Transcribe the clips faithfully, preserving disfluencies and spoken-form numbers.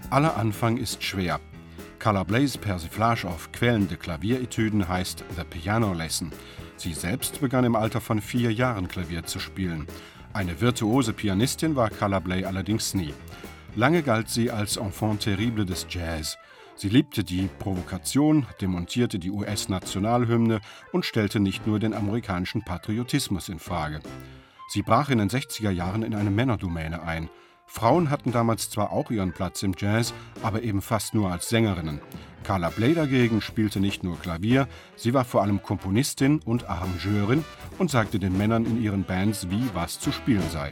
Aller Anfang ist schwer. Carla Bleys Persiflage auf quälende Klavieretüden heißt The Piano Lesson. Sie selbst begann im Alter von vier Jahren Klavier zu spielen. Eine virtuose Pianistin war Carla Bley allerdings nie. Lange galt sie als Enfant terrible des Jazz. Sie liebte die Provokation, demontierte die U S-Nationalhymne und stellte nicht nur den amerikanischen Patriotismus in Frage. Sie brach in den sechziger Jahren in eine Männerdomäne ein. Frauen hatten damals zwar auch ihren Platz im Jazz, aber eben fast nur als Sängerinnen. Carla Bley dagegen spielte nicht nur Klavier, sie war vor allem Komponistin und Arrangeurin und sagte den Männern in ihren Bands, wie was zu spielen sei.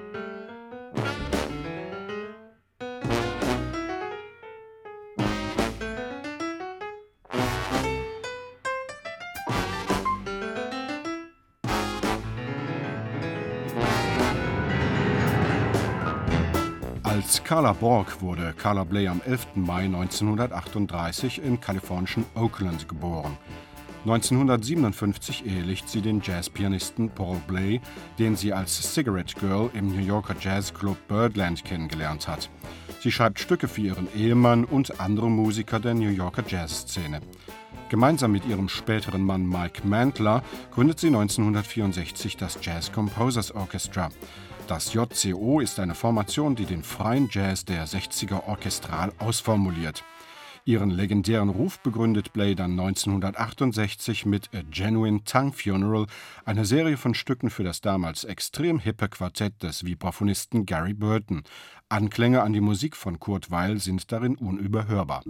Als Carla Borg wurde Carla Bley am elften Mai neunzehnhundertachtunddreißig im kalifornischen Oakland geboren. neunzehnhundertsiebenundfünfzig ehelicht sie den Jazzpianisten Paul Bley, den sie als Cigarette Girl im New Yorker Jazzclub Birdland kennengelernt hat. Sie schreibt Stücke für ihren Ehemann und andere Musiker der New Yorker Jazzszene. Gemeinsam mit ihrem späteren Mann Mike Mantler gründet sie neunzehnhundertvierundsechzig das Jazz Composers Orchestra. Das J C O ist eine Formation, die den freien Jazz der sechziger orchestral ausformuliert. Ihren legendären Ruf begründet Bley dann neunzehnhundertachtundsechzig mit A Genuine Tongue Funeral, eine Serie von Stücken für das damals extrem hippe Quartett des Vibraphonisten Gary Burton. Anklänge an die Musik von Kurt Weill sind darin unüberhörbar.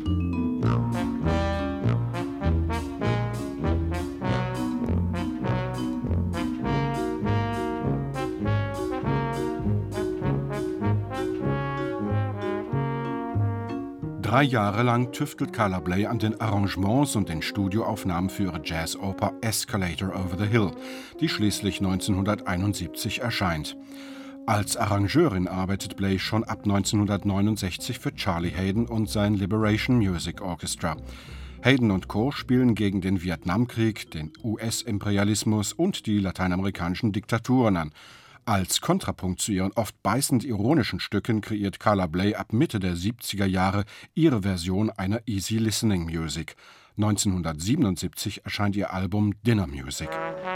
Drei Jahre lang tüftelt Carla Bley an den Arrangements und den Studioaufnahmen für ihre Jazzoper Escalator Over the Hill, die schließlich neunzehnhunderteinundsiebzig erscheint. Als Arrangeurin arbeitet Bley schon ab neunzehnhundertneunundsechzig für Charlie Haden und sein Liberation Music Orchestra. Haden und Co. spielen gegen den Vietnamkrieg, den U S-Imperialismus und die lateinamerikanischen Diktaturen an. Als Kontrapunkt zu ihren oft beißend ironischen Stücken kreiert Carla Bley ab Mitte der siebziger Jahre ihre Version einer Easy Listening Music. neunzehnhundertsiebenundsiebzig erscheint ihr Album Dinner Music.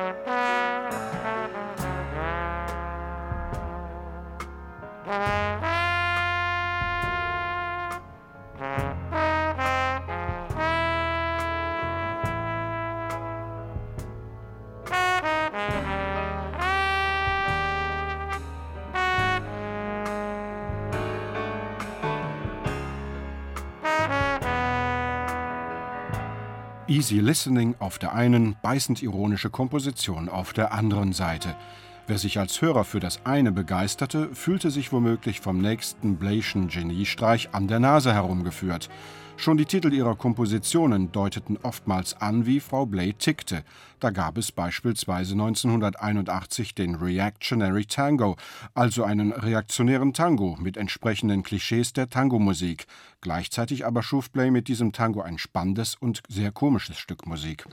Easy Listening auf der einen, beißend ironische Komposition auf der anderen Seite. Wer sich als Hörer für das eine begeisterte, fühlte sich womöglich vom nächsten Bleyschen Geniestreich an der Nase herumgeführt. Schon die Titel ihrer Kompositionen deuteten oftmals an, wie Frau Bley tickte. Da gab es beispielsweise neunzehnhunderteinundachtzig den Reactionary Tango, also einen reaktionären Tango mit entsprechenden Klischees der Tangomusik. Gleichzeitig aber schuf Bley mit diesem Tango ein spannendes und sehr komisches Stück Musik.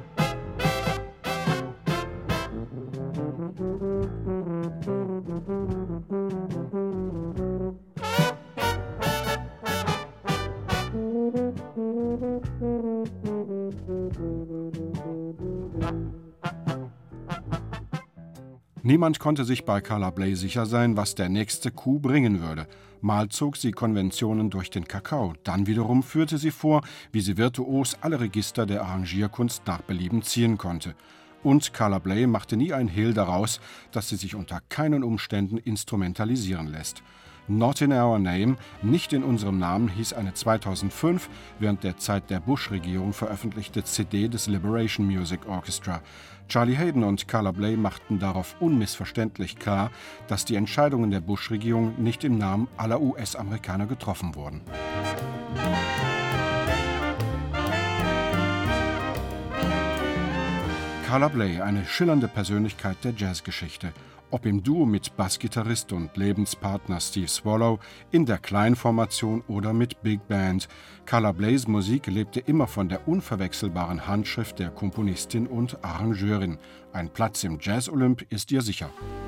Niemand konnte sich bei Carla Bley sicher sein, was der nächste Coup bringen würde. Mal zog sie Konventionen durch den Kakao, dann wiederum führte sie vor, wie sie virtuos alle Register der Arrangierkunst nach Belieben ziehen konnte. Und Carla Bley machte nie ein Hehl daraus, dass sie sich unter keinen Umständen instrumentalisieren lässt. Not in Our Name, nicht in unserem Namen, hieß eine zweitausendfünf während der Zeit der Bush-Regierung veröffentlichte C D des Liberation Music Orchestra. Charlie Haden und Carla Bley machten darauf unmissverständlich klar, dass die Entscheidungen der Bush-Regierung nicht im Namen aller U S-Amerikaner getroffen wurden. Carla Bley, eine schillernde Persönlichkeit der Jazzgeschichte. Ob im Duo mit Bassgitarrist und Lebenspartner Steve Swallow, in der Kleinformation oder mit Big Band. Carla Bleys Musik lebte immer von der unverwechselbaren Handschrift der Komponistin und Arrangeurin. Ein Platz im Jazz-Olymp ist ihr sicher.